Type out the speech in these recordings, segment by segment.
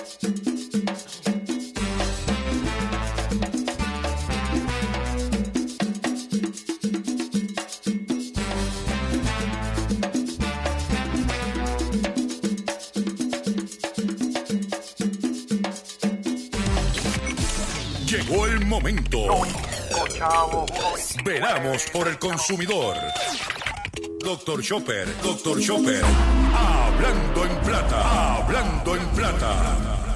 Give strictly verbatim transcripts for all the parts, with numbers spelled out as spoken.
Llegó el momento. Veramos por el consumidor. Doctor Chopper, Doctor Chopper. Hablando en plata, hablando en plata.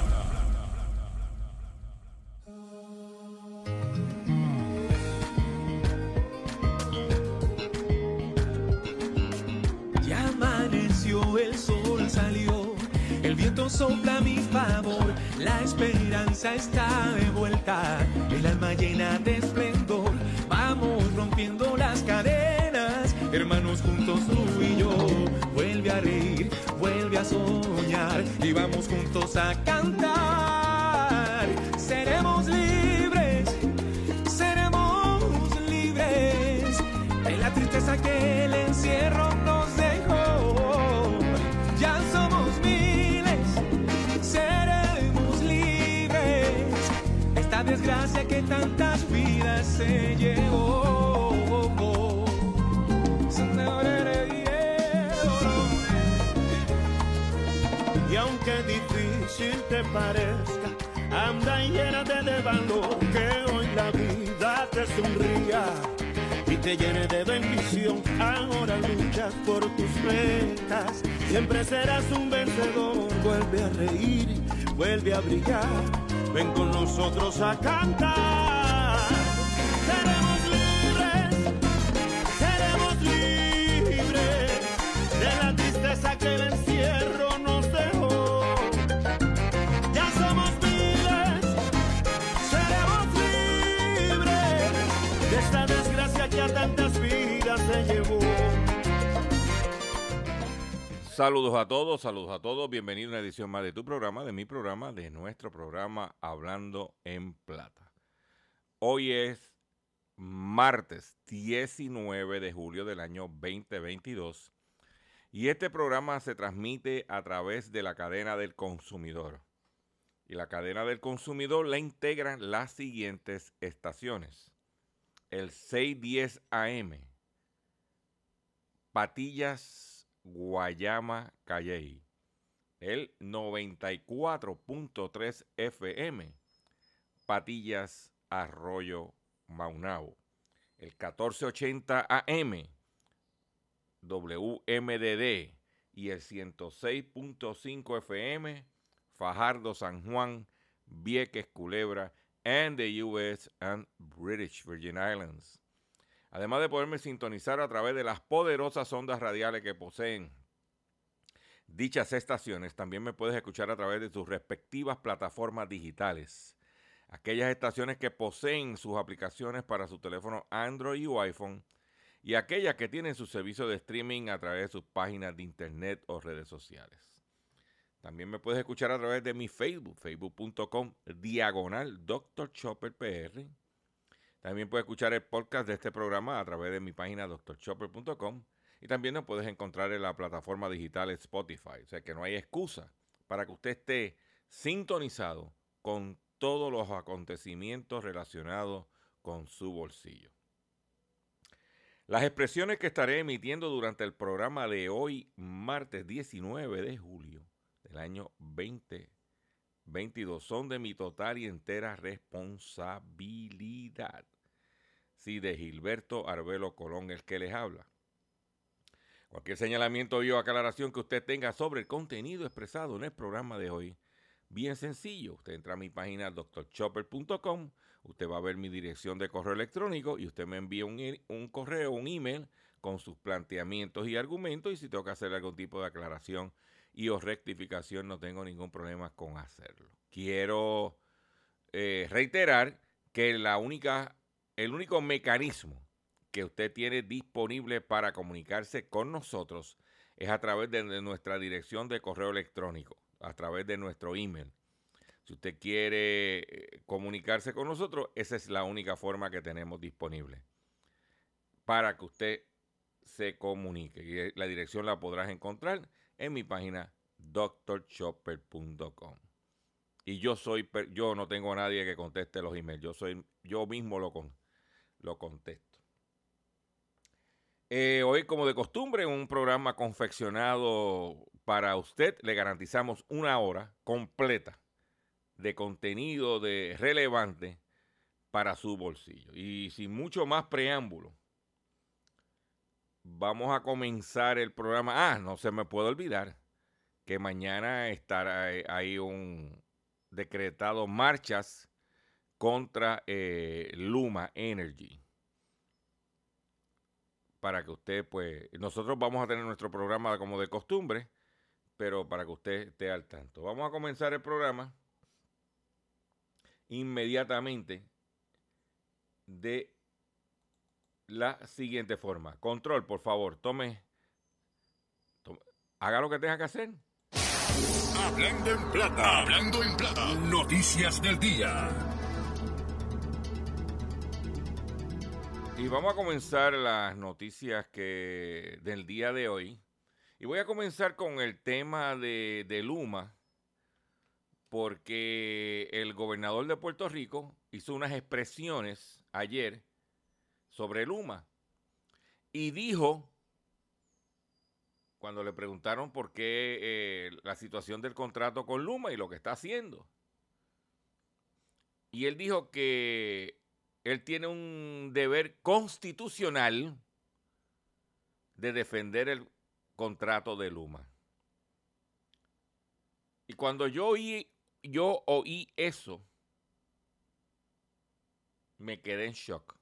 Ya amaneció, el sol salió, el viento sopla a mi favor, la esperanza está de vuelta, el alma llena de esplendor, vamos rompiendo las cadenas, hermanos juntos tú y yo, vuelve a reír, vuelve a soñar, y vamos juntos a cantar, seremos libres, seremos libres, de la tristeza que el encierro nos dejó, ya somos miles, seremos libres, esta desgracia que tantas vidas se llevó. Y aunque difícil te parezca, anda y llénate de valor, que hoy la vida te sonría y te llene de bendición. Ahora luchas por tus metas, siempre serás un vencedor. Vuelve a reír, vuelve a brillar, ven con nosotros a cantar. Seremos libres, seremos libres de la tristeza que el encierro nos dejó. Ya somos libres, seremos libres de esta desgracia que a tantas vidas se llevó. Saludos a todos, saludos a todos. Bienvenido a una edición más de tu programa, de mi programa, de nuestro programa Hablando en Plata. Hoy es martes diecinueve de julio del año veinte veintidós y este programa se transmite a través de la cadena del consumidor. Y la cadena del consumidor la integran las siguientes estaciones. El seiscientos diez A M, Patillas, Guayama, Calley. El noventa y cuatro punto tres F M, Patillas, Arroyo, Maunabo. El catorce ochenta A M, W M D D. Y el ciento seis punto cinco F M, Fajardo, San Juan, Vieques, Culebra, and the U S and British Virgin Islands. Además de poderme sintonizar a través de las poderosas ondas radiales que poseen dichas estaciones, también me puedes escuchar a través de sus respectivas plataformas digitales. Aquellas estaciones que poseen sus aplicaciones para su teléfono Android o iPhone y aquellas que tienen su servicio de streaming a través de sus páginas de internet o redes sociales. También me puedes escuchar a través de mi Facebook, facebook punto com, diagonal Doctor Chopper P R. También puedes escuchar el podcast de este programa a través de mi página doctor chopper punto com y también nos puedes encontrar en la plataforma digital Spotify. O sea que no hay excusa para que usted esté sintonizado con todos los acontecimientos relacionados con su bolsillo. Las expresiones que estaré emitiendo durante el programa de hoy, martes diecinueve de julio del año veinte veintidós, son de mi total y entera responsabilidad. Sí, de Gilberto Arbelo Colón, el que les habla. Cualquier señalamiento o aclaración que usted tenga sobre el contenido expresado en el programa de hoy, bien sencillo. Usted entra a mi página doctor chopper punto com, usted va a ver mi dirección de correo electrónico y usted me envía un, un correo, un email con sus planteamientos y argumentos, y si tengo que hacer algún tipo de aclaración y o rectificación, no tengo ningún problema con hacerlo. Quiero eh, reiterar que la única, el único mecanismo que usted tiene disponible para comunicarse con nosotros es a través de, de nuestra dirección de correo electrónico, a través de nuestro email. Si usted quiere eh, comunicarse con nosotros, esa es la única forma que tenemos disponible para que usted se comunique. Y la dirección la podrás encontrar en mi página doctor chopper punto com. Y yo soy, yo no tengo a nadie que conteste los emails. Yo soy, yo mismo lo, con, lo contesto. Eh, hoy, como de costumbre, un programa confeccionado para usted, le garantizamos una hora completa de contenido de relevante para su bolsillo. Y sin mucho más preámbulo, vamos a comenzar el programa. Ah, no se me puede olvidar que mañana estará ahí un decretado marchas contra eh, Luma Energy. Para que usted, pues, nosotros vamos a tener nuestro programa como de costumbre, pero para que usted esté al tanto. Vamos a comenzar el programa inmediatamente de la siguiente forma. Control, por favor, tome, tome haga lo que tenga que hacer. Hablando en plata, hablando en plata, noticias del día. Y vamos a comenzar las noticias que del día de hoy. Y voy a comenzar con el tema de, de Luma, porque el gobernador de Puerto Rico hizo unas expresiones ayer sobre Luma y dijo, cuando le preguntaron por qué eh, la situación del contrato con Luma y lo que está haciendo, y él dijo que él tiene un deber constitucional de defender el contrato de Luma. Y cuando yo oí, yo oí eso, me quedé en shock.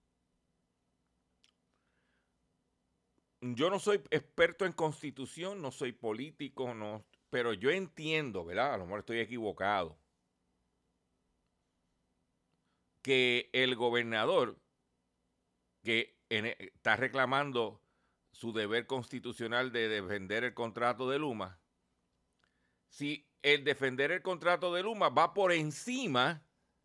Yo no soy experto en constitución, no soy político, no, pero yo entiendo, ¿verdad? A lo mejor estoy equivocado, que el gobernador que en, está reclamando su deber constitucional de defender el contrato de Luma, si el defender el contrato de Luma va por encima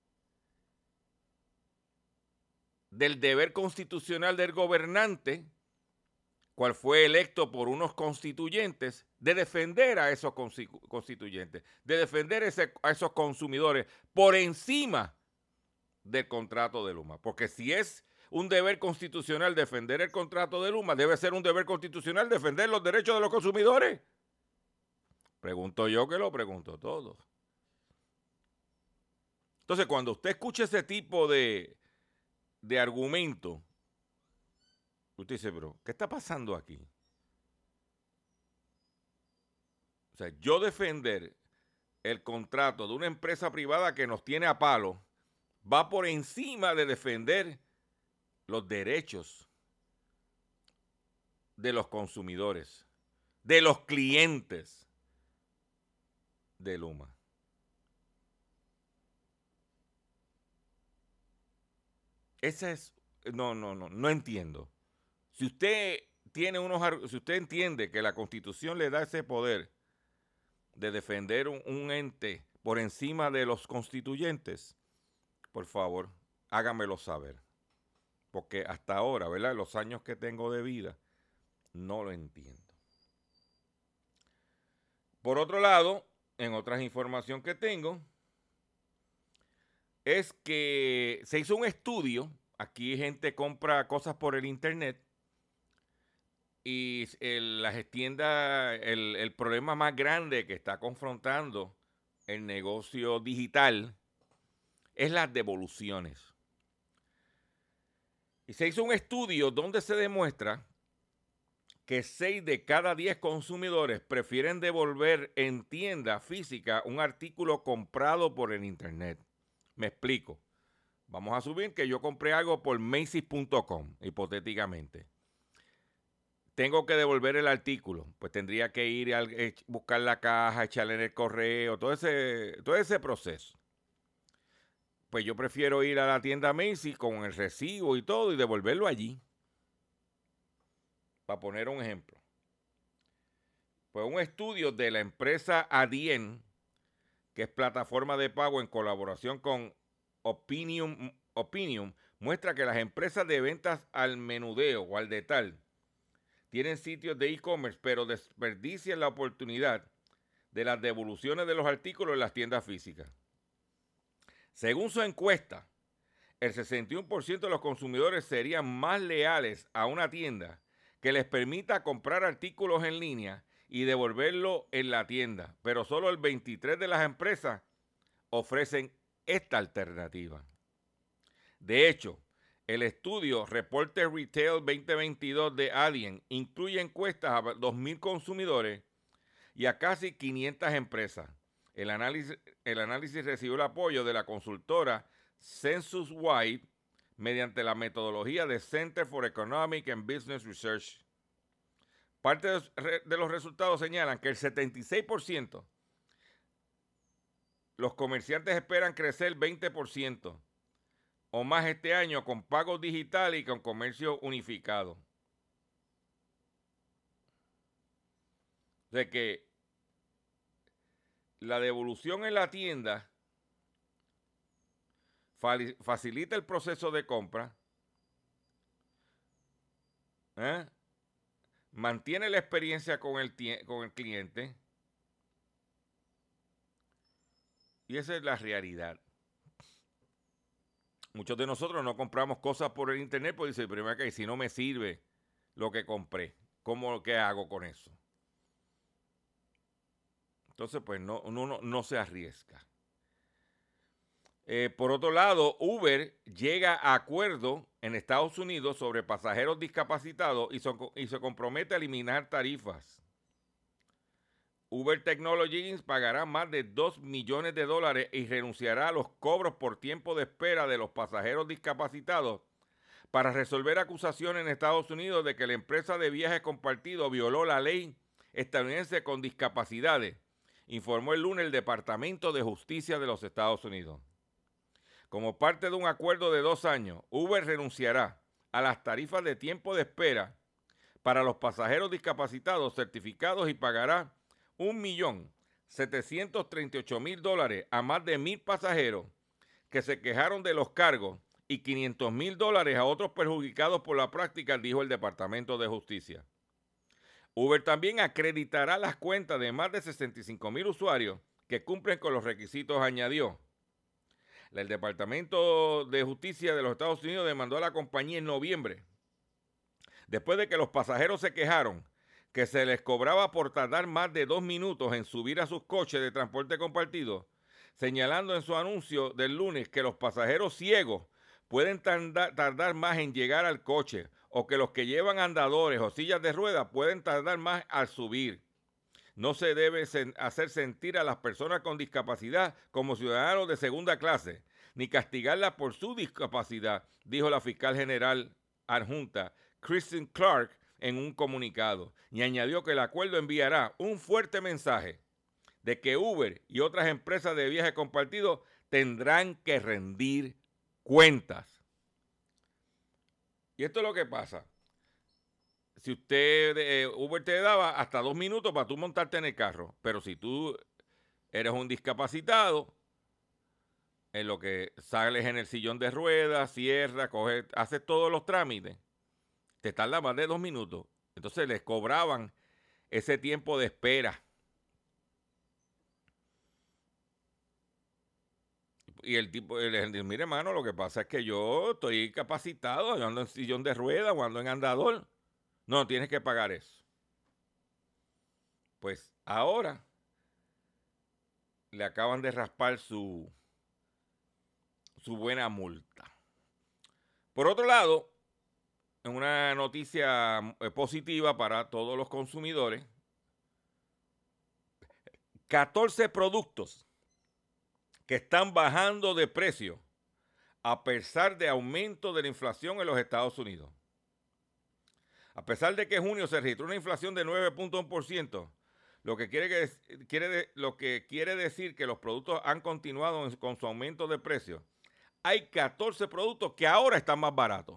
del deber constitucional del gobernante, cual fue electo por unos constituyentes, de defender a esos constituyentes, de defender ese, a esos consumidores por encima del contrato de Luma. Porque si es un deber constitucional defender el contrato de Luma, debe ser un deber constitucional defender los derechos de los consumidores. Pregunto yo, que lo pregunto todos. Entonces, cuando usted escucha ese tipo de, de argumento, usted dice, pero, ¿qué está pasando aquí? O sea, yo defender el contrato de una empresa privada que nos tiene a palo va por encima de defender los derechos de los consumidores, de los clientes de Luma. Ese es, no, no, no, no entiendo. Si usted tiene unos, si usted entiende que la Constitución le da ese poder de defender un, un ente por encima de los constituyentes, por favor, hágamelo saber. Porque hasta ahora, ¿verdad? Los años que tengo de vida, no lo entiendo. Por otro lado, en otras información que tengo, es que se hizo un estudio. Aquí gente compra cosas por el internet y el, las tiendas, el, el problema más grande que está confrontando el negocio digital es las devoluciones. Y se hizo un estudio donde se demuestra que seis de cada diez consumidores prefieren devolver en tienda física un artículo comprado por el internet. Me explico. Vamos a subir que yo compré algo por Macy's punto com, hipotéticamente. Tengo que devolver el artículo. Pues tendría que ir a buscar la caja, echarle en el correo, todo ese, todo ese proceso. Pues yo prefiero ir a la tienda Macy's con el recibo y todo y devolverlo allí. Para poner un ejemplo. Pues un estudio de la empresa Adyen, que es plataforma de pago en colaboración con Opinium, Opinium, muestra que las empresas de ventas al menudeo o al detal tienen sitios de e-commerce, pero desperdician la oportunidad de las devoluciones de los artículos en las tiendas físicas. Según su encuesta, el sesenta y uno por ciento de los consumidores serían más leales a una tienda que les permita comprar artículos en línea y devolverlo en la tienda, pero solo el veintitrés por ciento de las empresas ofrecen esta alternativa. De hecho, el estudio Reporte Retail veinte veintidós de Adyen incluye encuestas a dos mil consumidores y a casi quinientas empresas. El análisis, el análisis recibió el apoyo de la consultora Censuswide mediante la metodología de Center for Economic and Business Research. Parte de los resultados señalan que el setenta y seis por ciento los comerciantes esperan crecer veinte por ciento o más este año con pagos digitales y con comercio unificado. De que la devolución en la tienda facilita el proceso de compra, ¿eh? mantiene la experiencia con el, con el cliente, y esa es la realidad. Muchos de nosotros no compramos cosas por el internet porque dice, primero que si no me sirve lo que compré, ¿cómo qué hago con eso? Entonces, pues no, uno no, no se arriesga. Eh, por otro lado, Uber llega a acuerdo en Estados Unidos sobre pasajeros discapacitados y, son, y se compromete a eliminar tarifas. Uber Technologies pagará más de dos millones de dólares y renunciará a los cobros por tiempo de espera de los pasajeros discapacitados para resolver acusaciones en Estados Unidos de que la empresa de viajes compartido violó la ley estadounidense con discapacidades, informó el lunes el Departamento de Justicia de los Estados Unidos. Como parte de un acuerdo de dos años, Uber renunciará a las tarifas de tiempo de espera para los pasajeros discapacitados certificados y pagará un millón setecientos treinta y ocho mil dólares a más de mil pasajeros que se quejaron de los cargos y quinientos mil dólares a otros perjudicados por la práctica, dijo el Departamento de Justicia. Uber también acreditará las cuentas de más de sesenta y cinco mil usuarios que cumplen con los requisitos, añadió. El Departamento de Justicia de los Estados Unidos demandó a la compañía en noviembre, después de que los pasajeros se quejaron que se les cobraba por tardar más de dos minutos en subir a sus coches de transporte compartido, señalando en su anuncio del lunes que los pasajeros ciegos pueden tardar, tardar más en llegar al coche o que los que llevan andadores o sillas de ruedas pueden tardar más al subir. No se debe hacer sentir a las personas con discapacidad como ciudadanos de segunda clase, ni castigarlas por su discapacidad, dijo la fiscal general adjunta Kristen Clark en un comunicado, y añadió que el acuerdo enviará un fuerte mensaje de que Uber y otras empresas de viaje compartido tendrán que rendir cuentas. Y esto es lo que pasa. Si usted, eh, Uber te daba hasta dos minutos para tú montarte en el carro, pero si tú eres un discapacitado, en lo que sales en el sillón de ruedas, cierras, coges, haces todos los trámites, te tarda más de dos minutos. Entonces les cobraban ese tiempo de espera. Y el tipo le dice, mire, hermano, lo que pasa es que yo estoy capacitado, yo ando en sillón de ruedas o ando en andador. No, tienes que pagar eso. Pues ahora le acaban de raspar su, su buena multa. Por otro lado, en una noticia positiva para todos los consumidores, catorce productos que están bajando de precio a pesar de aumento de la inflación en los Estados Unidos. A pesar de que en junio se registró una inflación de nueve punto uno por ciento, lo que quiere, que, quiere, lo que quiere decir que los productos han continuado en, con su aumento de precio, hay catorce productos que ahora están más baratos.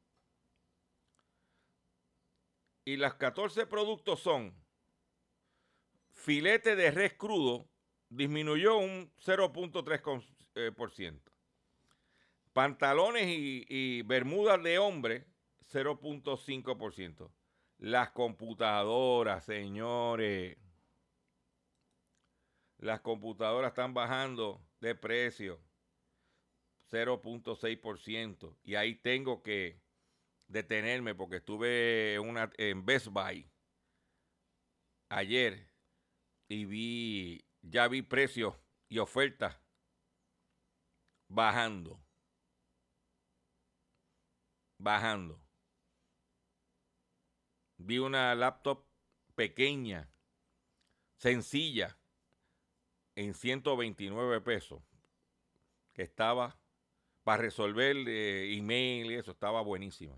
Y los catorce productos son: filete de res crudo, disminuyó un cero punto tres por ciento. Pantalones y, y bermudas de hombre, cero punto cinco por ciento. Las computadoras, señores. las computadoras están bajando de precio cero punto seis por ciento. Y ahí tengo que detenerme porque estuve en, una, en Best Buy ayer y vi, ya vi precios y ofertas bajando. Bajando. Vi una laptop pequeña, sencilla, en ciento veintinueve pesos, que estaba para resolver eh, email y eso, estaba buenísima.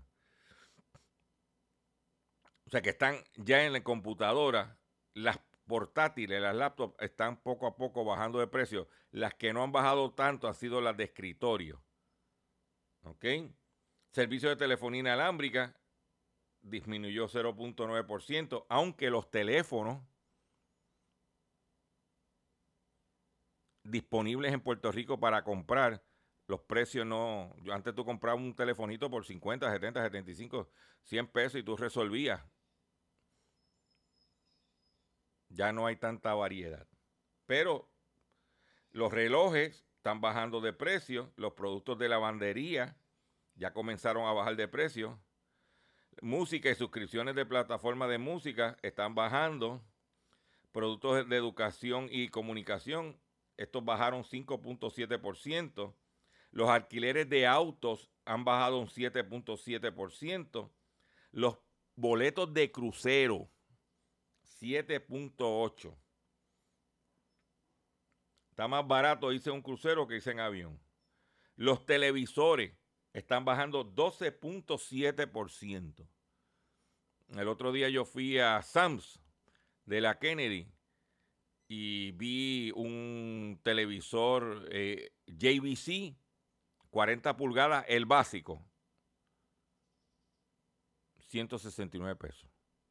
O sea que están ya en la computadora, las portátiles, las laptops están poco a poco bajando de precio. Las que no han bajado tanto han sido las de escritorio. ¿Ok? Servicio de telefonía inalámbrica disminuyó cero punto nueve por ciento, aunque los teléfonos disponibles en Puerto Rico para comprar, los precios no... Yo antes tú comprabas un telefonito por cincuenta, setenta, setenta y cinco, cien pesos y tú resolvías. Ya no hay tanta variedad. Pero los relojes están bajando de precio, los productos de lavandería ya comenzaron a bajar de precio. Música y suscripciones de plataformas de música están bajando. Productos de educación y comunicación, estos bajaron cinco punto siete por ciento. Los alquileres de autos han bajado un siete punto siete por ciento. Los boletos de crucero, siete punto ocho por ciento. Está más barato irse en un crucero que irse en avión. Los televisores están bajando doce punto siete por ciento. El otro día yo fui a Sam's de la Kennedy y vi un televisor eh, J V C, cuarenta pulgadas, el básico, ciento sesenta y nueve pesos.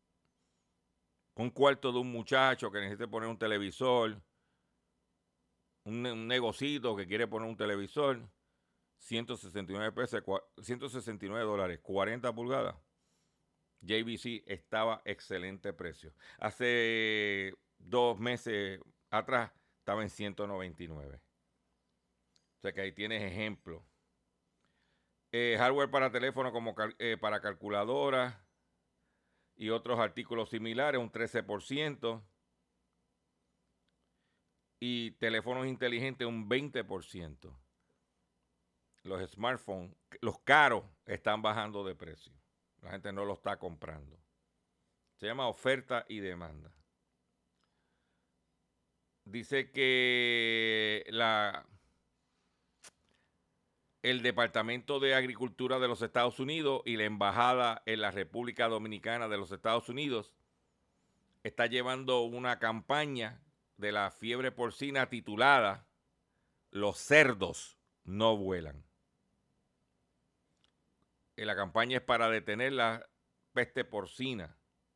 Un cuarto de un muchacho que necesita poner un televisor, un, un negocito que quiere poner un televisor, ciento sesenta y nueve pesos, ciento sesenta y nueve dólares, cuarenta pulgadas. J V C estaba excelente precio. Hace dos meses atrás estaba en ciento noventa y nueve. O sea que ahí tienes ejemplo. Eh, hardware para teléfono como cal, eh, para calculadoras y otros artículos similares, un trece por ciento. Y teléfonos inteligentes, un veinte por ciento. Los smartphones, los caros, están bajando de precio. La gente no lo está comprando. Se llama oferta y demanda. Dice que la, el Departamento de Agricultura de los Estados Unidos y la Embajada en la República Dominicana de los Estados Unidos está llevando una campaña de la fiebre porcina titulada "Los cerdos no vuelan". La campaña es para detener la peste porcina,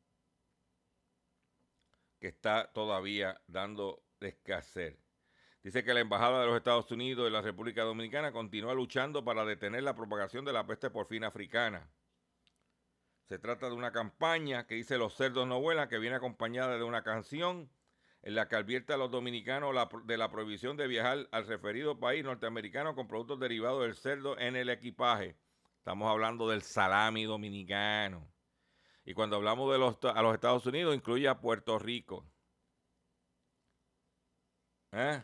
que está todavía dando de escasez. Dice que la Embajada de los Estados Unidos y la República Dominicana continúa luchando para detener la propagación de la peste porcina africana. Se trata de una campaña que dice "Los cerdos no vuelan", que viene acompañada de una canción en la que advierte a los dominicanos la, de la prohibición de viajar al referido país norteamericano con productos derivados del cerdo en el equipaje. Estamos hablando del salami dominicano. Y cuando hablamos de los, a los Estados Unidos, incluye a Puerto Rico. ¿Eh?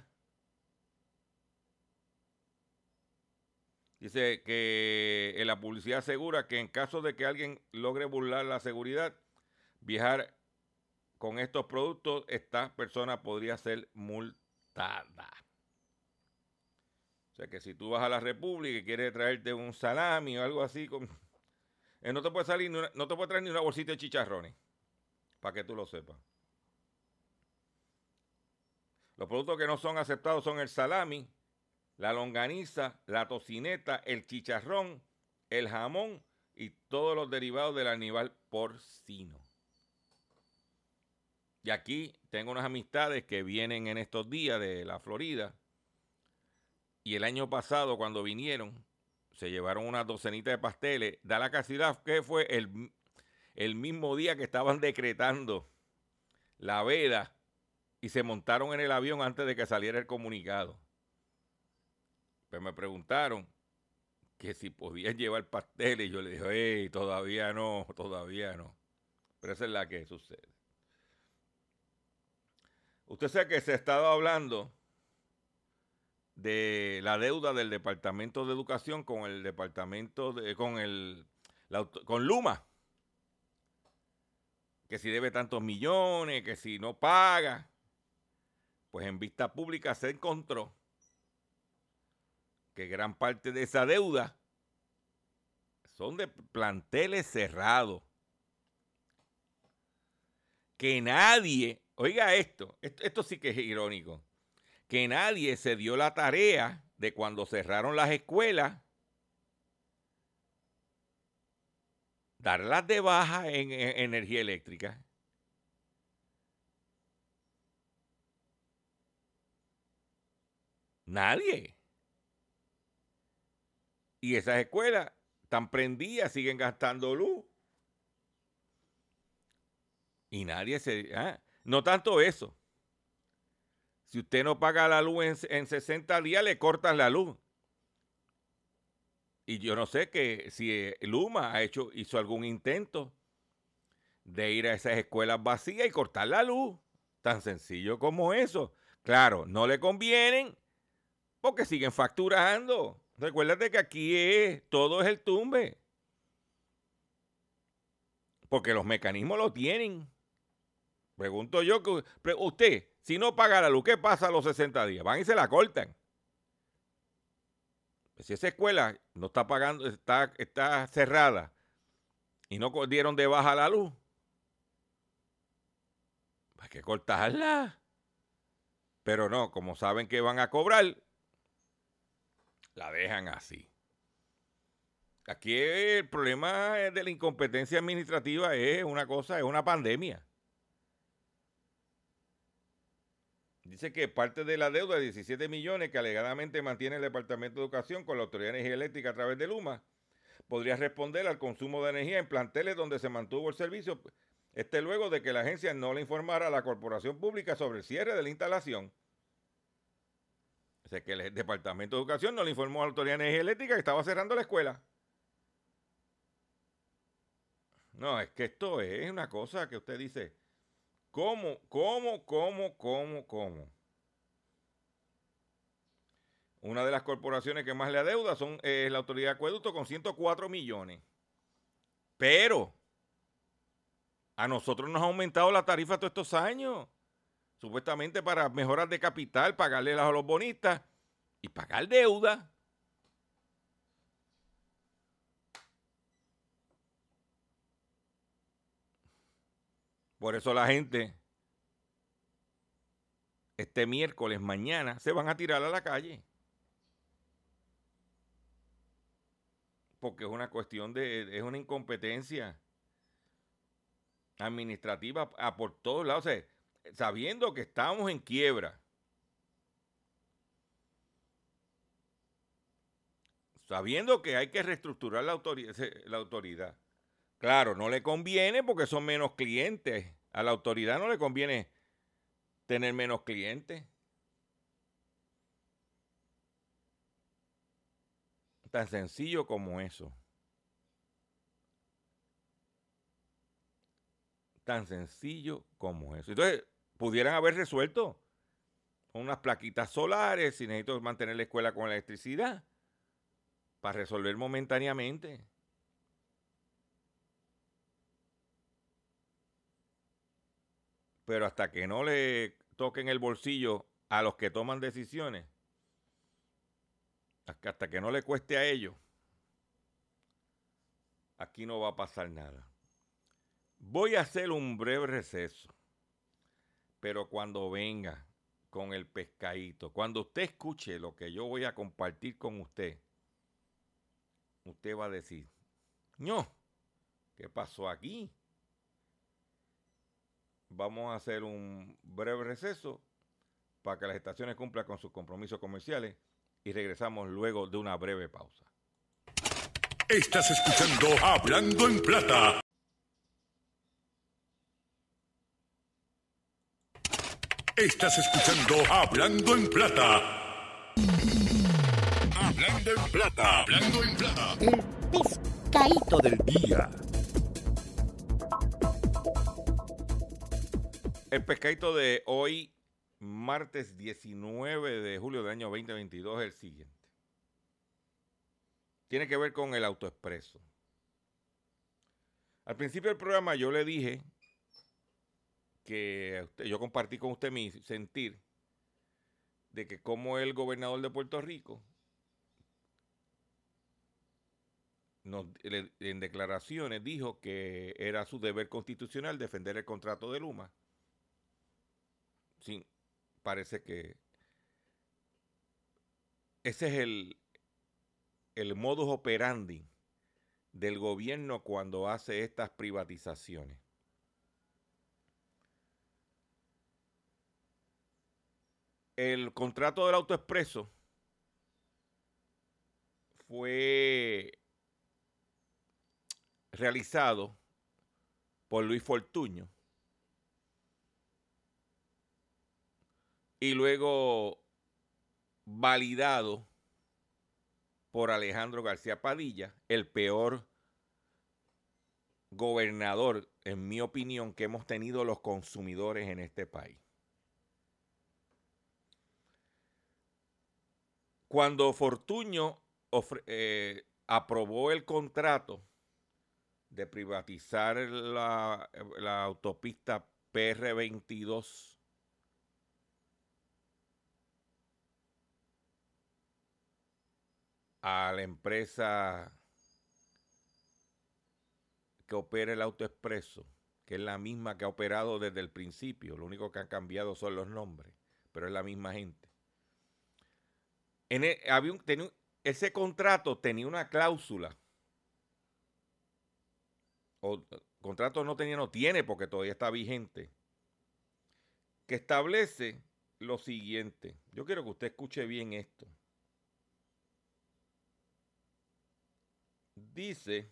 Dice que en la publicidad asegura que en caso de que alguien logre burlar la seguridad, viajar con estos productos, esta persona podría ser multada. O sea que si tú vas a la República y quieres traerte un salami o algo así, con, eh, no te puede salir ni una, no te puede traer ni una bolsita de chicharrones, para que tú lo sepas. Los productos que no son aceptados son el salami, la longaniza, la tocineta, el chicharrón, el jamón y todos los derivados del animal porcino. Y aquí tengo unas amistades que vienen en estos días de la Florida. Y el año pasado, cuando vinieron, se llevaron una docenita de pasteles. Da la casualidad que fue el, el mismo día que estaban decretando la veda y se montaron en el avión antes de que saliera el comunicado. Pues me preguntaron que si podían llevar pasteles, y yo le dije, hey, todavía no, todavía no. Pero esa es la que sucede. Usted sabe que se ha estado hablando de la deuda del Departamento de Educación con el Departamento de, con el la, con Luma. Que si debe tantos millones, que si no paga. Pues en vista pública se encontró que gran parte de esa deuda son de planteles cerrados. Que nadie, oiga esto, esto, esto sí que es irónico, que nadie se dio la tarea de cuando cerraron las escuelas, darlas de baja en, en energía eléctrica. Nadie. Y esas escuelas están prendidas, siguen gastando luz. Y nadie se... Ah, no tanto eso. Si usted no paga la luz en, en sesenta días, le cortan la luz. Y yo no sé que si Luma ha hecho, hizo algún intento de ir a esas escuelas vacías y cortar la luz. Tan sencillo como eso. Claro, no le convienen porque siguen facturando. Recuérdate que aquí es, todo es el tumbe. Porque los mecanismos lo tienen. Pregunto yo, que usted, si no paga la luz, ¿qué pasa a los sesenta días? Van y se la cortan. Si esa escuela no está pagando, está, está cerrada y no dieron de baja la luz, hay que cortarla. Pero no, como saben que van a cobrar, la dejan así. Aquí el problema de la incompetencia administrativa es una cosa, es una pandemia. Dice que parte de la deuda de diecisiete millones que alegadamente mantiene el Departamento de Educación con la Autoridad de Energía Eléctrica a través de Luma podría responder al consumo de energía en planteles donde se mantuvo el servicio, este luego de que la agencia no le informara a la corporación pública sobre el cierre de la instalación. O sea que el Departamento de Educación no le informó a la Autoridad de Energía Eléctrica que estaba cerrando la escuela. No, es que esto es una cosa que usted dice... ¿Cómo, cómo, cómo, cómo, cómo? Una de las corporaciones que más le adeuda son eh, la Autoridad de Acueducto con ciento cuatro millones. Pero a nosotros nos ha aumentado la tarifa todos estos años. Supuestamente para mejoras de capital, pagarle a los bonistas y pagar deuda. Por eso la gente, este miércoles, mañana, se van a tirar a la calle. Porque es una cuestión de, es una incompetencia administrativa a por todos lados. O sea, sabiendo que estamos en quiebra. Sabiendo que hay que reestructurar la autoridad, la autoridad. Claro, no le conviene porque son menos clientes. A la autoridad no le conviene tener menos clientes. Tan sencillo como eso. Tan sencillo como eso. Entonces, pudieran haber resuelto con unas plaquitas solares, si necesito mantener la escuela con electricidad, para resolver momentáneamente. Pero hasta que no le toquen el bolsillo a los que toman decisiones, hasta que no le cueste a ellos, aquí no va a pasar nada. Voy a hacer un breve receso, pero cuando venga con el pescadito, cuando usted escuche lo que yo voy a compartir con usted, usted va a decir, no, ¿qué pasó aquí? Vamos a hacer un breve receso para que las estaciones cumplan con sus compromisos comerciales y regresamos luego de una breve pausa. Estás escuchando Hablando en Plata. Estás escuchando Hablando en Plata. Hablando en Plata. Hablando en Plata. El pescadito del día. El pescadito de hoy, martes diecinueve de julio del año veinte veintidós, es el siguiente. Tiene que ver con el autoexpreso. Al principio del programa yo le dije que usted, yo compartí con usted mi sentir de que como el gobernador de Puerto Rico nos, en declaraciones dijo que era su deber constitucional defender el contrato de Luma. Sí, parece que ese es el, el modus operandi del gobierno cuando hace estas privatizaciones. El contrato del autoexpreso fue realizado por Luis Fortuño y luego validado por Alejandro García Padilla, el peor gobernador, en mi opinión, que hemos tenido los consumidores en este país. Cuando Fortuño ofre, eh, aprobó el contrato de privatizar la, la autopista P R veintidós, a la empresa que opera el autoexpreso, que es la misma que ha operado desde el principio, lo único que han cambiado son los nombres, pero es la misma gente. En el, había un, tenía, ese contrato tenía una cláusula, o contrato no tenía, no tiene, porque todavía está vigente, que establece lo siguiente. Yo quiero que usted escuche bien esto. Dice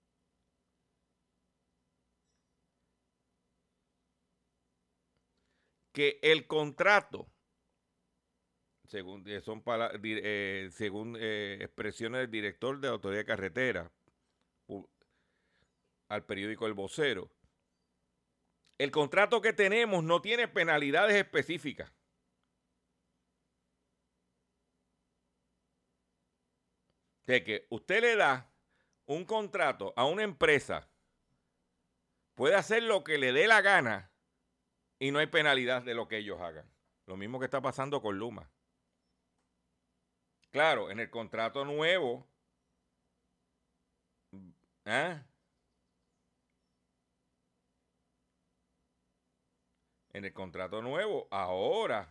que el contrato, según, son para, eh, según eh, expresiones del director de la Autoridad de Carretera al periódico El Vocero, el contrato que tenemos no tiene penalidades específicas. De que usted le da un contrato a una empresa, puede hacer lo que le dé la gana y no hay penalidad de lo que ellos hagan. Lo mismo que está pasando con Luma. Claro, en el contrato nuevo, ¿eh? En el contrato nuevo, ahora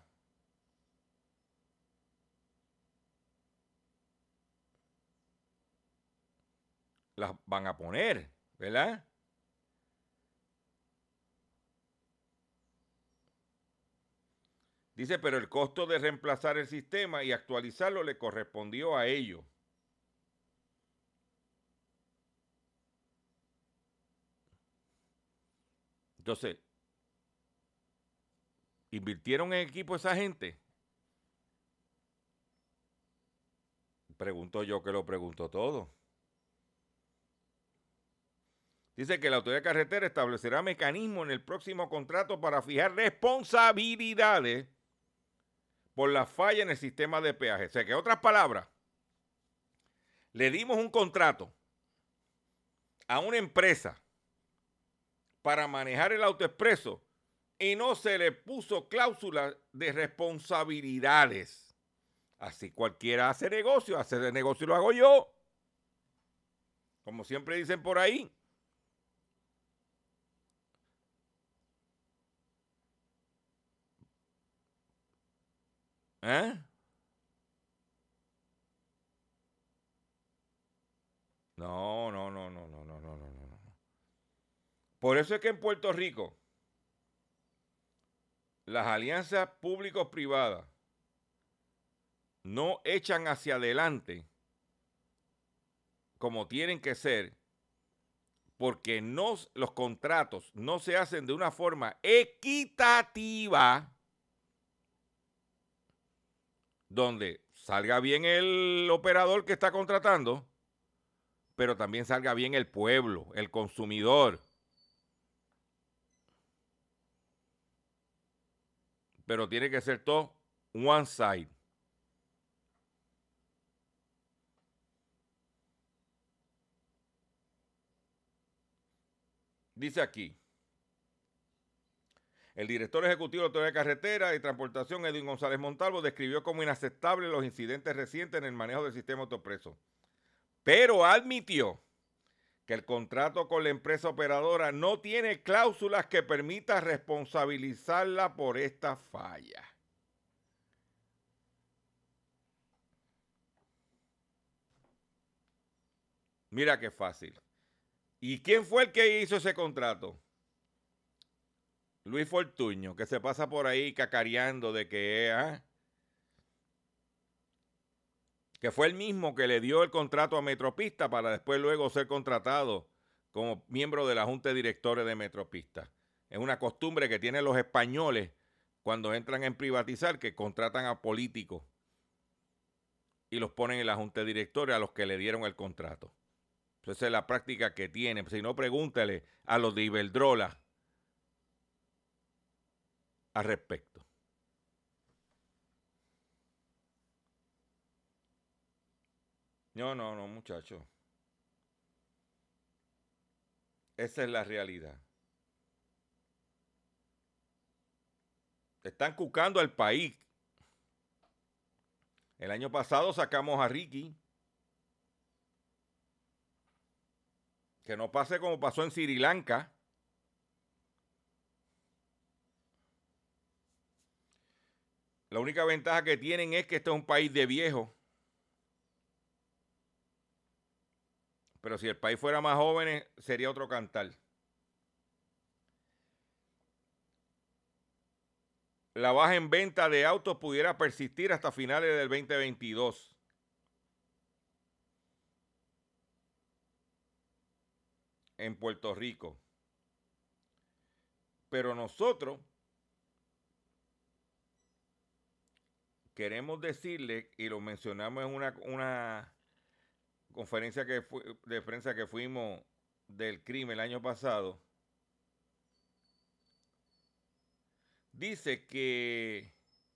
las van a poner, ¿verdad? Dice, pero el costo de reemplazar el sistema y actualizarlo le correspondió a ellos. Entonces, ¿invirtieron en equipo esa gente? Pregunto yo, que lo pregunto todo. Dice que la Autoridad de Carretera establecerá mecanismos en el próximo contrato para fijar responsabilidades por la falla en el sistema de peaje. O sea, que en otras palabras, le dimos un contrato a una empresa para manejar el autoexpreso y no se le puso cláusula de responsabilidades. Así cualquiera hace negocio, hacer el negocio lo hago yo. Como siempre dicen por ahí. ¿Eh? No, no, no, no, no, no, no, no, no. Por eso es que en Puerto Rico las alianzas público-privadas no echan hacia adelante como tienen que ser, porque no, los contratos no se hacen de una forma equitativa donde salga bien el operador que está contratando, pero también salga bien el pueblo, el consumidor. Pero tiene que ser todo one side. Dice aquí, el director ejecutivo de la Autoridad de Carretera y Transportación, Edwin González Montalvo, describió como inaceptables los incidentes recientes en el manejo del sistema autopreso, pero admitió que el contrato con la empresa operadora no tiene cláusulas que permitan responsabilizarla por esta falla. Mira qué fácil. ¿Y quién fue el que hizo ese contrato? Luis Fortuño, que se pasa por ahí cacareando de que, ¿eh? que fue el mismo que le dio el contrato a Metropista para después luego ser contratado como miembro de la Junta de Directores de Metropista. Es una costumbre que tienen los españoles cuando entran en privatizar, que contratan a políticos y los ponen en la Junta de Directores a los que le dieron el contrato. Esa es la práctica que tienen. Si no, pregúntale a los de Iberdrola al respecto. No, no, no, muchachos. Esa es la realidad. Están cucando al país. El año pasado sacamos a Ricky. Que no pase como pasó en Sri Lanka. La única ventaja que tienen es que este es un país de viejos. Pero si el país fuera más joven, sería otro cantar. La baja en venta de autos pudiera persistir hasta finales del veinte veintidós. En Puerto Rico. Pero nosotros queremos decirle, y lo mencionamos en una, una conferencia que fu, de prensa que fuimos del crimen el año pasado, dice que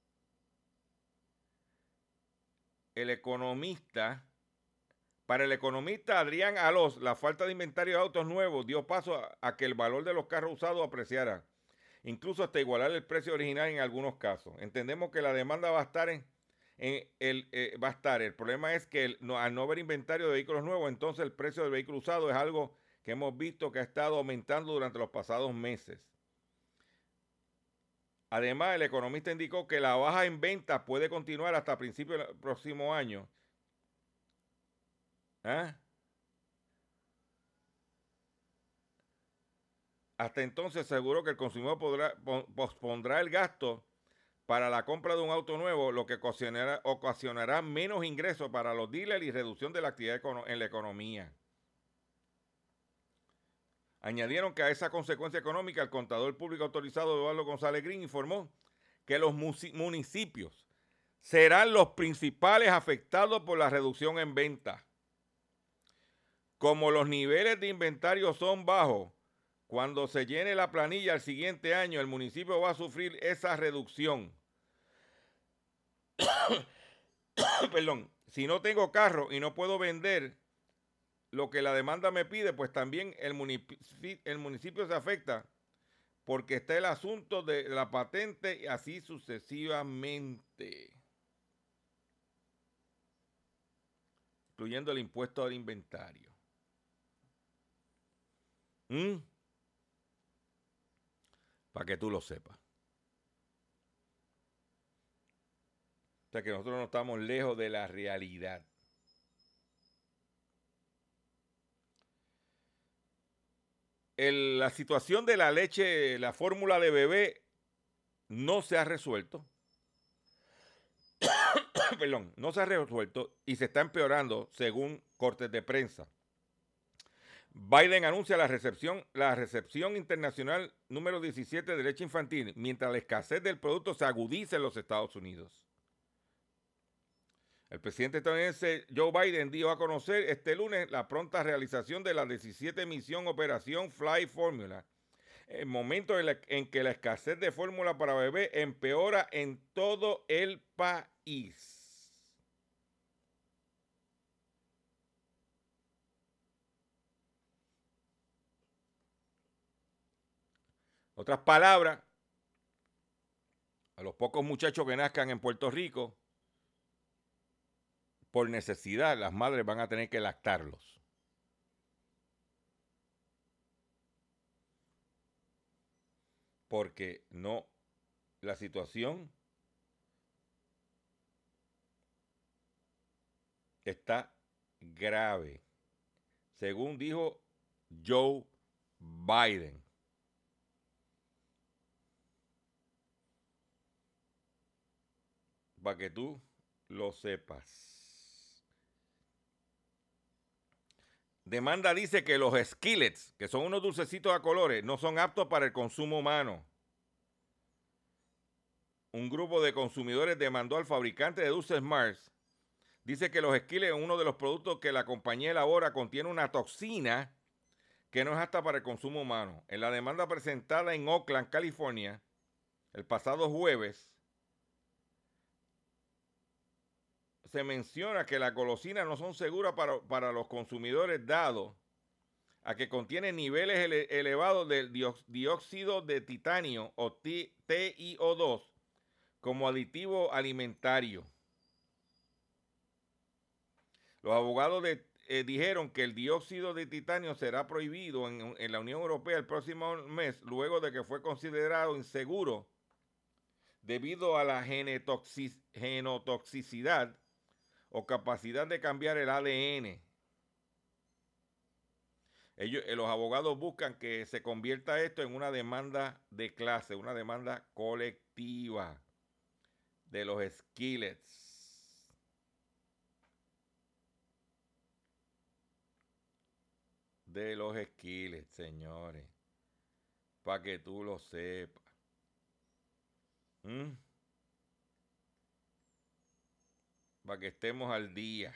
el economista, para el economista Adrián Alós, la falta de inventario de autos nuevos dio paso a, a que el valor de los carros usados apreciara, incluso hasta igualar el precio original en algunos casos. Entendemos que la demanda va a estar en, en el eh, va a estar. El problema es que el, no, al no haber inventario de vehículos nuevos, entonces el precio del vehículo usado es algo que hemos visto que ha estado aumentando durante los pasados meses. Además, el economista indicó que la baja en ventas puede continuar hasta principios del próximo año. ¿Ah? Hasta entonces aseguró que el consumidor podrá, pospondrá el gasto para la compra de un auto nuevo, lo que ocasionará, ocasionará menos ingresos para los dealers y reducción de la actividad en la economía. Añadieron que a esa consecuencia económica el contador público autorizado Eduardo González Green informó que los municipios serán los principales afectados por la reducción en venta. Como los niveles de inventario son bajos, cuando se llene la planilla el siguiente año, el municipio va a sufrir esa reducción. Perdón, si no tengo carro y no puedo vender lo que la demanda me pide, pues también el municipio, el municipio se afecta porque está el asunto de la patente y así sucesivamente, incluyendo el impuesto al inventario. ¿Mm? Para que tú lo sepas. O sea que nosotros no estamos lejos de la realidad. El, la situación de la leche, la fórmula de bebé, no se ha resuelto. Perdón, no se ha resuelto y se está empeorando según cortes de prensa. Biden anuncia la recepción, la recepción internacional número diecisiete de leche infantil, mientras la escasez del producto se agudiza en los Estados Unidos. El presidente estadounidense Joe Biden dio a conocer este lunes la pronta realización de la diecisiete misión Operación Fly Formula, en momentos en, la, en que la escasez de fórmula para bebé empeora en todo el país. Otras palabras, a los pocos muchachos que nazcan en Puerto Rico, por necesidad, las madres van a tener que lactarlos. Porque no, la situación está grave, según dijo Joe Biden. Para que tú lo sepas. Demanda dice que los skillets, que son unos dulcecitos a colores, no son aptos para el consumo humano. Un grupo de consumidores demandó al fabricante de dulces Mars. Dice que los skillets, uno de los productos que la compañía elabora, contiene una toxina que no es apta para el consumo humano. En la demanda presentada en Oakland, California, el pasado jueves, se menciona que las golosinas no son seguras para, para los consumidores dado a que contienen niveles ele, elevados de dióxido de titanio o T I O dos como aditivo alimentario. Los abogados de, eh, dijeron que el dióxido de titanio será prohibido en, en la Unión Europea el próximo mes, luego de que fue considerado inseguro debido a la genotoxic, genotoxicidad o capacidad de cambiar el A D N. Ellos, los abogados buscan que se convierta esto en una demanda de clase, una demanda colectiva de los skillets. De los skillets, señores. Para que tú lo sepas. ¿Mm? Para que estemos al día.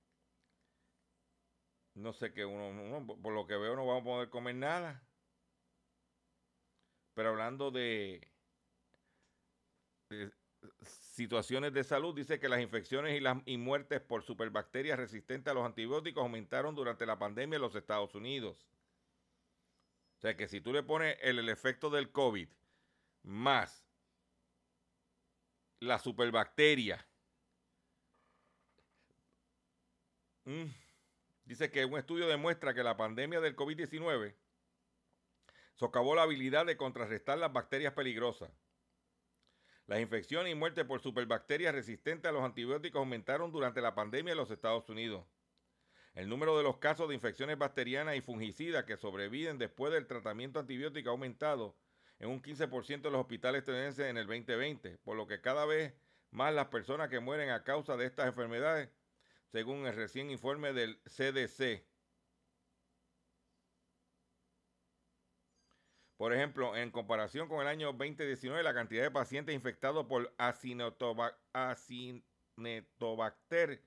No sé qué uno, uno, por lo que veo no vamos a poder comer nada. Pero hablando de, de situaciones de salud, dice que las infecciones y las y muertes por superbacterias resistentes a los antibióticos aumentaron durante la pandemia en los Estados Unidos. O sea que si tú le pones el, el efecto del COVID más la superbacteria, mm, dice que un estudio demuestra que la pandemia del COVID diecinueve socavó la habilidad de contrarrestar las bacterias peligrosas. Las infecciones y muertes por superbacterias resistentes a los antibióticos aumentaron durante la pandemia en los Estados Unidos. El número de los casos de infecciones bacterianas y fungicidas que sobreviven después del tratamiento antibiótico ha aumentado en un quince por ciento de los hospitales estadounidenses en el veinte veinte, por lo que cada vez más las personas que mueren a causa de estas enfermedades, según el recién informe del C D C. Por ejemplo, en comparación con el año veinte diecinueve, la cantidad de pacientes infectados por Acinetobacter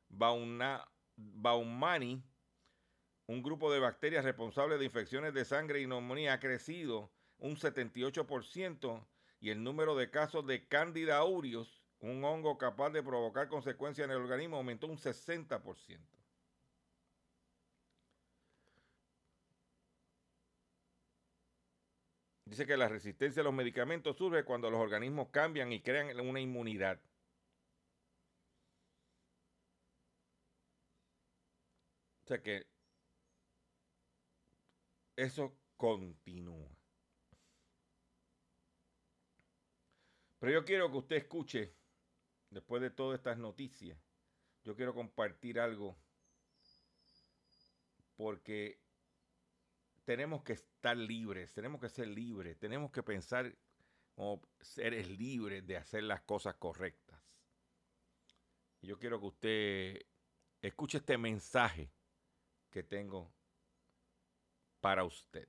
baumannii, un grupo de bacterias responsables de infecciones de sangre y neumonía, ha crecido un setenta y ocho por ciento y el número de casos de Candida aureus, un hongo capaz de provocar consecuencias en el organismo, aumentó un sesenta por ciento. Dice que la resistencia a los medicamentos surge cuando los organismos cambian y crean una inmunidad. O sea que eso continúa. Pero yo quiero que usted escuche, después de todas estas noticias, yo quiero compartir algo, porque tenemos que estar libres, tenemos que ser libres, tenemos que pensar como seres libres de hacer las cosas correctas. Y yo quiero que usted escuche este mensaje que tengo para usted.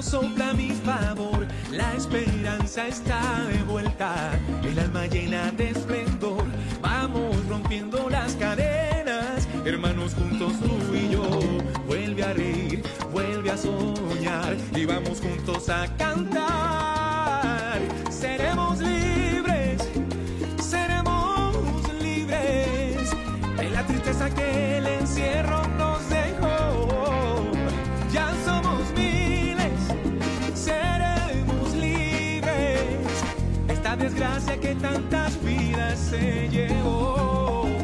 sopla a mi favor, la esperanza está de vuelta, el alma llena de esplendor, vamos rompiendo las cadenas, hermanos juntos tú y yo, vuelve a reír, vuelve a soñar, y vamos juntos a cantar, seremos libres, seremos libres, de la tristeza que el encierro nos dejó, ya somos miles, seremos libres, esta desgracia que tantas vidas se llevó.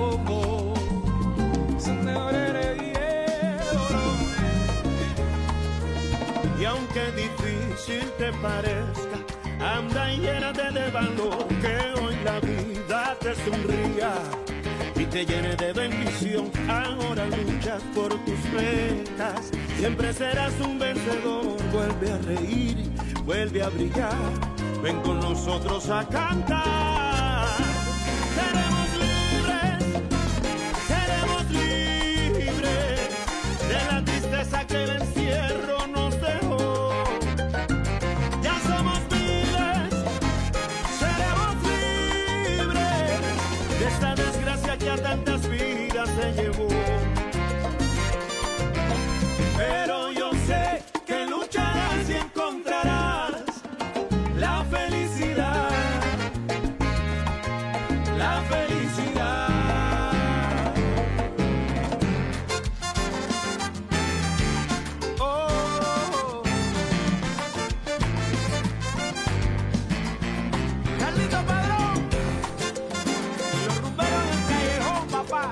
Y aunque difícil te parezca, anda y llénate de valor, que hoy la vida te sonría y te llene de bendición. Ahora luchas por tus metas, siempre serás un vencedor. Vuelve a reír, vuelve a brillar, ven con nosotros a cantar. Seremos libres, seremos libres de la tristeza que el encierro nos dejó. Ya somos miles, seremos libres de esta desgracia que a tantas vidas se llevó. Pero yo sé que lucharás y encontrarás la felicidad, la felicidad. Oh, Carlito Padrón y los rumberos del callejón, papá.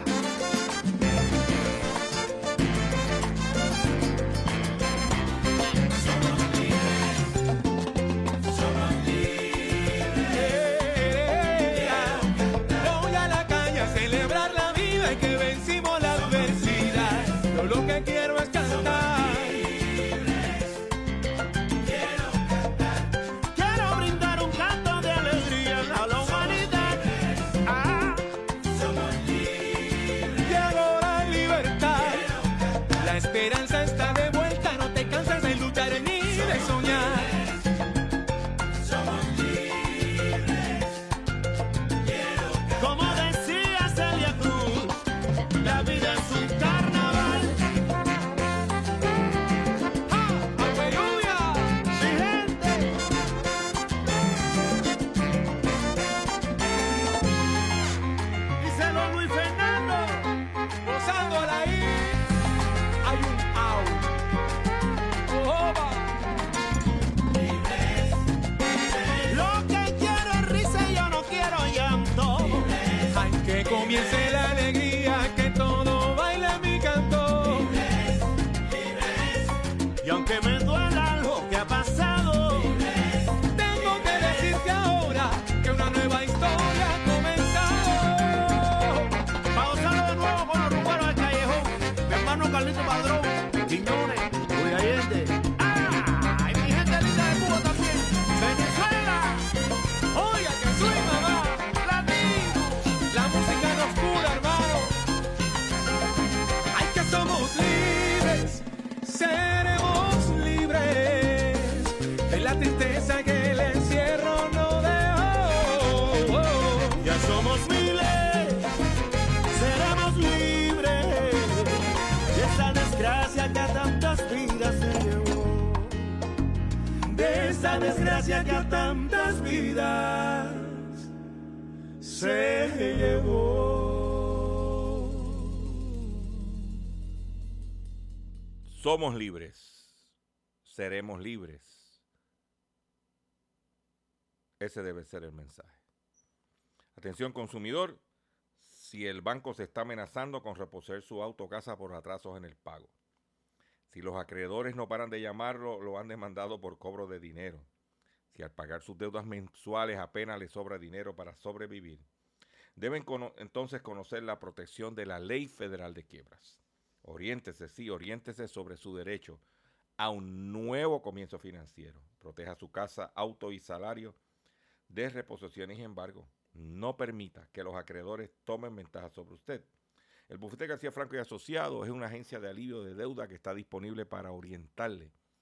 Voy a la calle a celebrar la vida y que vencimos la adversidad. Yo lo que quiero es cantar. Quiero brindar un canto de alegría a la humanidad. Ah, llegó la libertad. La esperanza está de vuelta. No te cansas de luchar ni de soñar. Como decía Celia Cruz, la vida es un carnaval. ¡Ah! ¡Aleluya! ¡Mi gente! Díselo Luis Fernando, gozándola ahí. Hay un au. ¡Oba! Lo que quiero es risa y yo no quiero llanto. Ay, que comience la alegría, que todo baile mi canto. Y aunque me duela lo que ha pasado, tengo que decirte ahora que una nueva historia ha comenzado. Vamos a hacerlo de nuevo con los rumberos del callejón. Mi hermano Carlito Padrón, Quiñones, Luis Allende. ¡Ah! Y mi gente linda de Cuba también. Venezuela. Oiga que soy mamá. Latino. La música nos cura, hermano. Ay, que somos libres. Seremos libres de la tristeza que el encierro no dejó. Ya somos miles, seremos libres de esta desgracia que a tantas vidas se llevó. De esta desgracia que a tantas vidas se llevó. Somos libres, seremos libres. Ese debe ser el mensaje. Atención consumidor, si el banco se está amenazando con reposer su auto o casa por atrasos en el pago. Si los acreedores no paran de llamarlo, lo han demandado por cobro de dinero. Si al pagar sus deudas mensuales apenas le sobra dinero para sobrevivir. Deben cono- entonces conocer la protección de la Ley Federal de Quiebras. Oriéntese, sí, oriéntese sobre su derecho a un nuevo comienzo financiero. Proteja su casa, auto y salario de reposiciones y embargo. No permita que los acreedores tomen ventaja sobre usted. El Bufete García Franco y Asociados es una agencia de alivio de deuda que está disponible para orientarle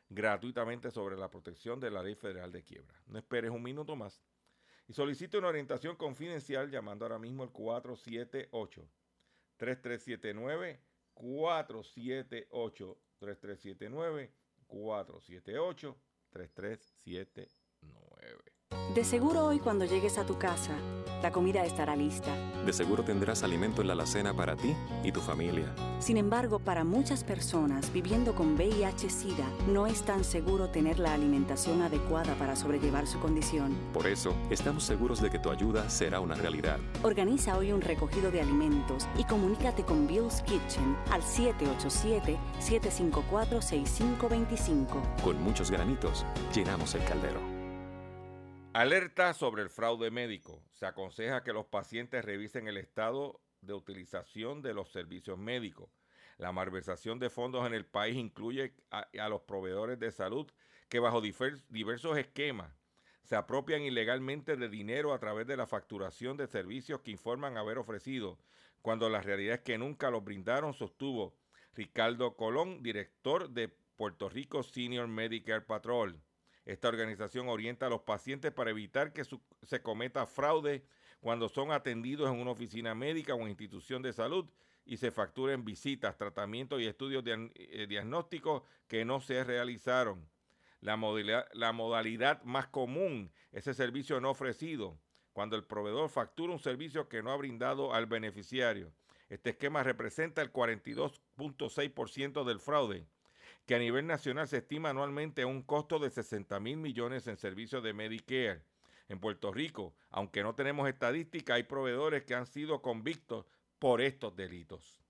gratuitamente sobre la protección de la Ley Federal de Quiebra. No esperes un minuto más y solicite una orientación confidencial llamando ahora mismo al cuatro siete ocho, tres tres siete nueve, cuatro siete ocho, tres tres siete nueve, cuatro siete ocho, tres tres siete nueve. De seguro hoy cuando llegues a tu casa, la comida estará lista. De seguro tendrás alimento en la alacena para ti y tu familia. Sin embargo, para muchas personas viviendo con V I H SIDA, no es tan seguro tener la alimentación adecuada para sobrellevar su condición. Por eso, estamos seguros de que tu ayuda será una realidad. Organiza hoy un recogido de alimentos y comunícate con Bill's Kitchen al siete ocho siete, siete cinco cuatro, seis cinco dos cinco. Con muchos granitos, llenamos el caldero. Alerta sobre el fraude médico. Se aconseja que los pacientes revisen el estado de utilización de los servicios médicos. La malversación de fondos en el país incluye a, a los proveedores de salud que bajo divers, diversos esquemas se apropian ilegalmente de dinero a través de la facturación de servicios que informan haber ofrecido, cuando la realidad es que nunca los brindaron, sostuvo Ricardo Colón, director de Puerto Rico Senior Medicare Patrol. Esta organización orienta a los pacientes para evitar que su, se cometa fraude cuando son atendidos en una oficina médica o en institución de salud y se facturen visitas, tratamientos y estudios de, eh, diagnósticos que no se realizaron. La modalidad, la modalidad más común es el servicio no ofrecido, cuando el proveedor factura un servicio que no ha brindado al beneficiario. Este esquema representa el cuarenta y dos punto seis por ciento del fraude, que a nivel nacional se estima anualmente a un costo de sesenta mil millones en servicios de Medicare. En Puerto Rico, aunque no tenemos estadística, hay proveedores que han sido convictos por estos delitos.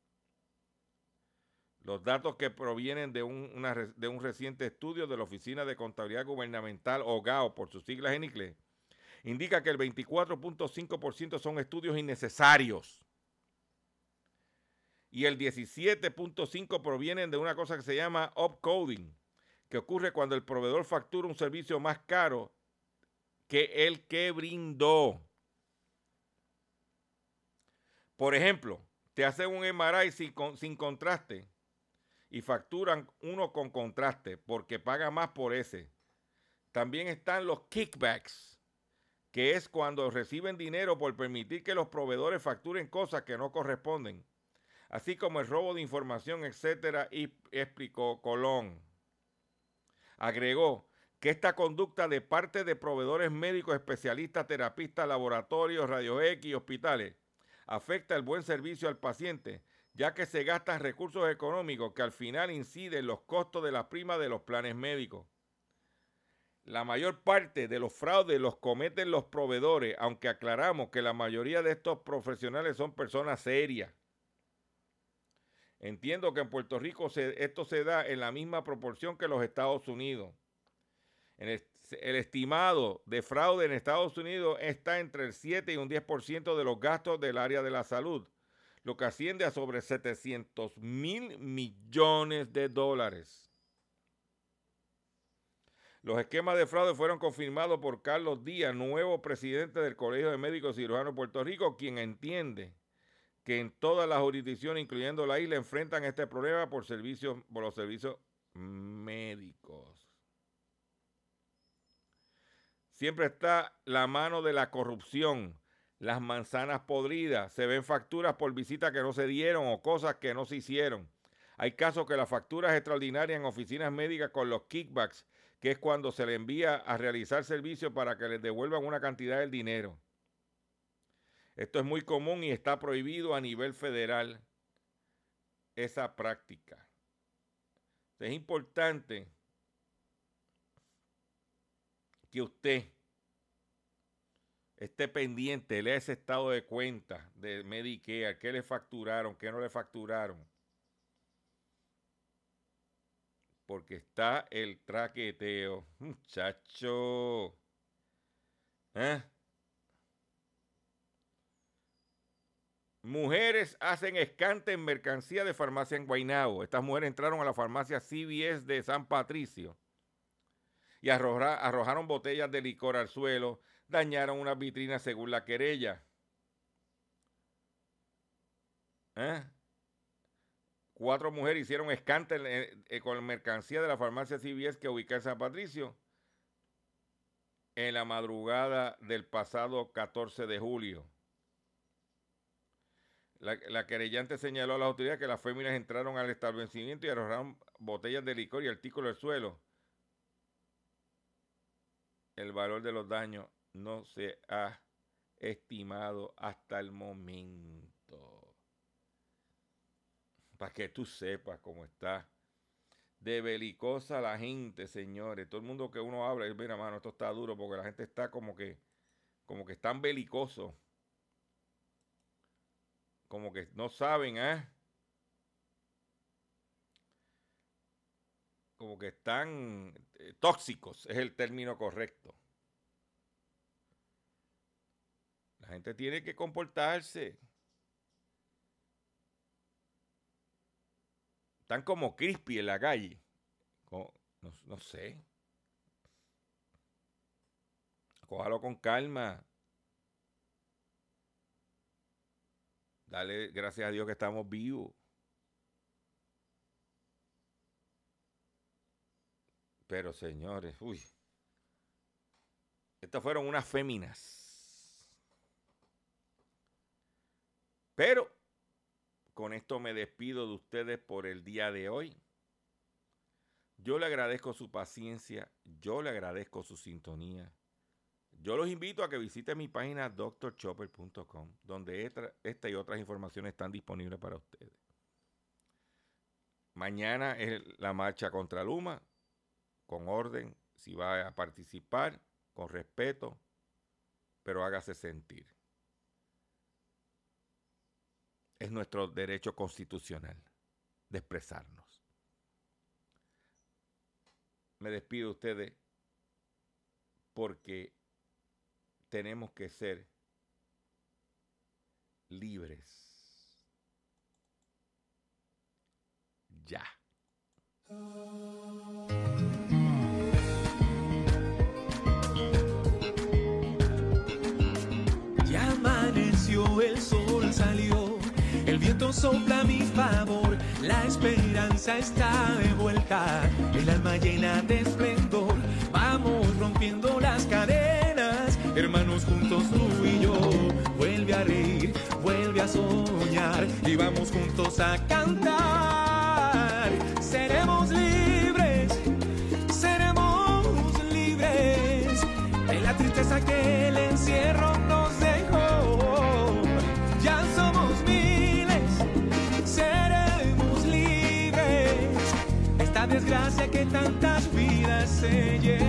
Los datos que provienen de un, una, de un reciente estudio de la Oficina de Contabilidad Gubernamental, o G A O, por sus siglas en inglés, indica que el veinticuatro punto cinco por ciento son estudios innecesarios y el diecisiete punto cinco por ciento provienen de una cosa que se llama upcoding, que ocurre cuando el proveedor factura un servicio más caro que el que brindó. Por ejemplo, te hacen un M R I sin, sin contraste y facturan uno con contraste porque paga más por ese. También están los kickbacks, que es cuando reciben dinero por permitir que los proveedores facturen cosas que no corresponden, así como el robo de información, etcétera, y explicó Colón. Agregó que esta conducta de parte de proveedores médicos, especialistas, terapistas, laboratorios, rayos X y hospitales afecta el buen servicio al paciente, ya que se gastan recursos económicos que al final inciden en los costos de la prima de los planes médicos. La mayor parte de los fraudes los cometen los proveedores, aunque aclaramos que la mayoría de estos profesionales son personas serias. Entiendo que en Puerto Rico se, esto se da en la misma proporción que en los Estados Unidos. En el, el estimado de fraude en Estados Unidos está entre el siete y un diez por ciento de los gastos del área de la salud, lo que asciende a sobre setecientos mil millones de dólares. Los esquemas de fraude fueron confirmados por Carlos Díaz, nuevo presidente del Colegio de Médicos Cirujanos de Puerto Rico, quien entiende que en todas las jurisdicciones, incluyendo la isla, enfrentan este problema por, servicios, por los servicios médicos. Siempre está la mano de la corrupción, las manzanas podridas, se ven facturas por visitas que no se dieron o cosas que no se hicieron. Hay casos que las facturas extraordinarias en oficinas médicas con los kickbacks, que es cuando se le envía a realizar servicios para que les devuelvan una cantidad del dinero. Esto es muy común y está prohibido a nivel federal, esa práctica. Es importante que usted esté pendiente, lea ese estado de cuenta de Medicare, qué le facturaron, qué no le facturaron. Porque está el traqueteo. Muchacho. ¿Eh? Mujeres hacen escante en mercancía de farmacia en Guaynabo. Estas mujeres entraron a la farmacia C V S de San Patricio y arroja, arrojaron botellas de licor al suelo, dañaron unas vitrinas según la querella. ¿Eh? cuatro mujeres hicieron escante eh, eh, con mercancía de la farmacia C V S que ubica en San Patricio en la madrugada del pasado catorce de julio. La, la querellante señaló a las autoridades que las féminas entraron al establecimiento y arrojaron botellas de licor y artículos del suelo. El valor de los daños no se ha estimado hasta el momento. Para que tú sepas cómo está de belicosa la gente, señores. Todo el mundo que uno habla, y mira, mano, esto está duro porque la gente está como que, como que están belicosos. Como que no saben, ¿eh? Como que están eh, tóxicos, es el término correcto. La gente tiene que comportarse. Están como crispy en la calle. Como, no, no sé. Cójalo con calma. Dale gracias a Dios que estamos vivos. Pero señores, uy. Estas fueron unas féminas. Pero con esto me despido de ustedes por el día de hoy. Yo le agradezco su paciencia. Yo le agradezco su sintonía. Yo los invito a que visiten mi página doctor chopper punto com, donde esta, esta y otras informaciones están disponibles para ustedes. Mañana es la marcha contra Luma, con orden, si va a participar, con respeto, pero hágase sentir. Es nuestro derecho constitucional de expresarnos. Me despido de ustedes porque tenemos que ser libres. Ya. Ya amaneció, el sol salió, el viento sopla a mi favor, la esperanza está de vuelta, el alma llena de esplendor, vamos rompiendo las cadenas, hermanos juntos tú y yo, vuelve a reír, vuelve a soñar, y vamos juntos a cantar, seremos libres, seremos libres, de la tristeza que el encierro nos dejó, ya somos miles, seremos libres, esta desgracia que tantas vidas se llevó.